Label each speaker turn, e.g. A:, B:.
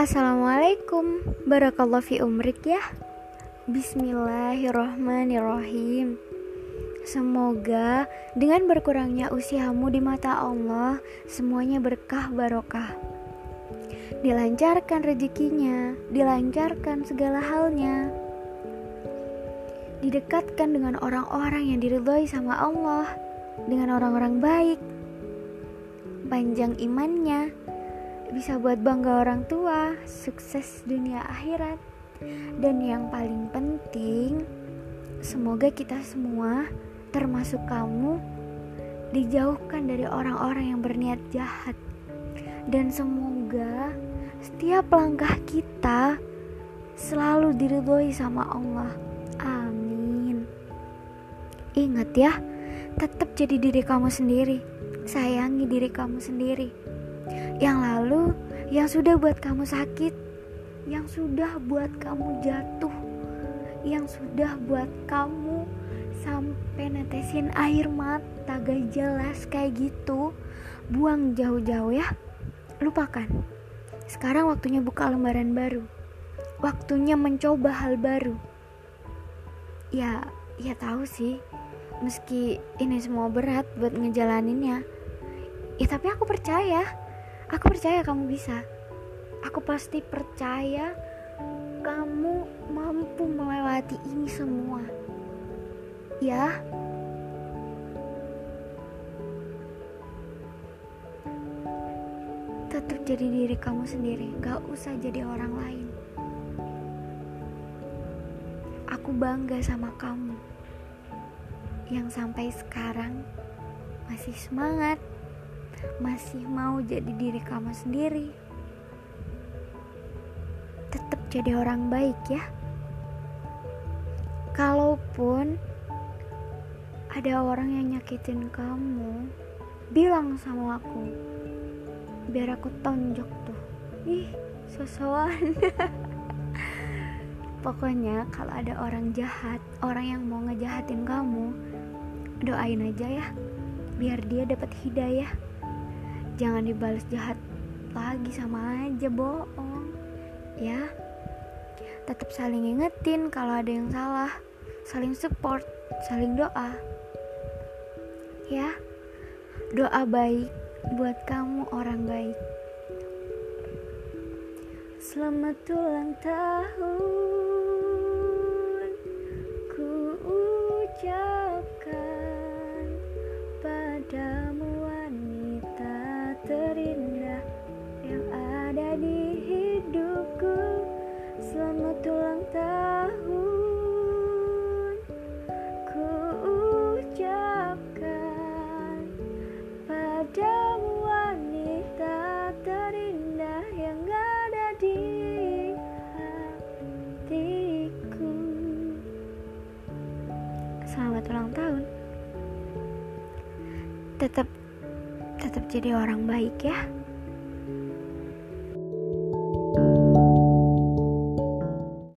A: Assalamualaikum, barakallahu fi umrik ya. Bismillahirrohmanirrohim. Semoga dengan berkurangnya usiamu di mata Allah, semuanya berkah barokah. Dilancarkan rezekinya, dilancarkan segala halnya. Didekatkan dengan orang-orang yang diridhoi sama Allah, dengan orang-orang baik. Panjang imannya, bisa buat bangga orang tua, sukses dunia akhirat. Dan yang paling penting, semoga kita semua, termasuk kamu, dijauhkan dari orang-orang yang berniat jahat. Dan semoga setiap langkah kita selalu diridhoi sama Allah. Amin. Ingat ya, tetap jadi diri kamu sendiri. Sayangi diri kamu sendiri. Yang lalu, yang sudah buat kamu sakit, yang sudah buat kamu jatuh, yang sudah buat kamu sampai netesin air mata gak jelas kayak gitu, buang jauh-jauh ya. Lupakan. Sekarang waktunya buka lembaran baru. Waktunya mencoba hal baru. Ya tahu sih, meski ini semua berat buat ngejalaninnya. Ya tapi aku percaya kamu bisa. Aku pasti percaya kamu mampu melewati ini semua. Ya. Tetap jadi diri kamu sendiri, gak usah jadi orang lain. Aku bangga sama kamu yang sampai sekarang masih semangat, masih mau jadi diri kamu sendiri. Tetap jadi orang baik ya. Kalaupun ada orang yang nyakitin kamu, bilang sama aku, biar aku tonjok tuh. Ih, sosokan. Pokoknya kalau ada orang jahat, orang yang mau ngejahatin kamu, doain aja ya, biar dia dapat hidayah. Jangan dibalas jahat lagi, sama aja bohong. Ya, tetap saling ingetin kalau ada yang salah, saling support, saling doa. Ya, doa baik buat kamu orang baik. Selamat ulang tahun, ku ucapkan padamu wanita terindah yang ada di hidupku. Selamat ulang tahun, ku ucapkan padamu wanita terindah yang ada di hatiku. Selamat ulang tahun. Tetap jadi orang baik ya.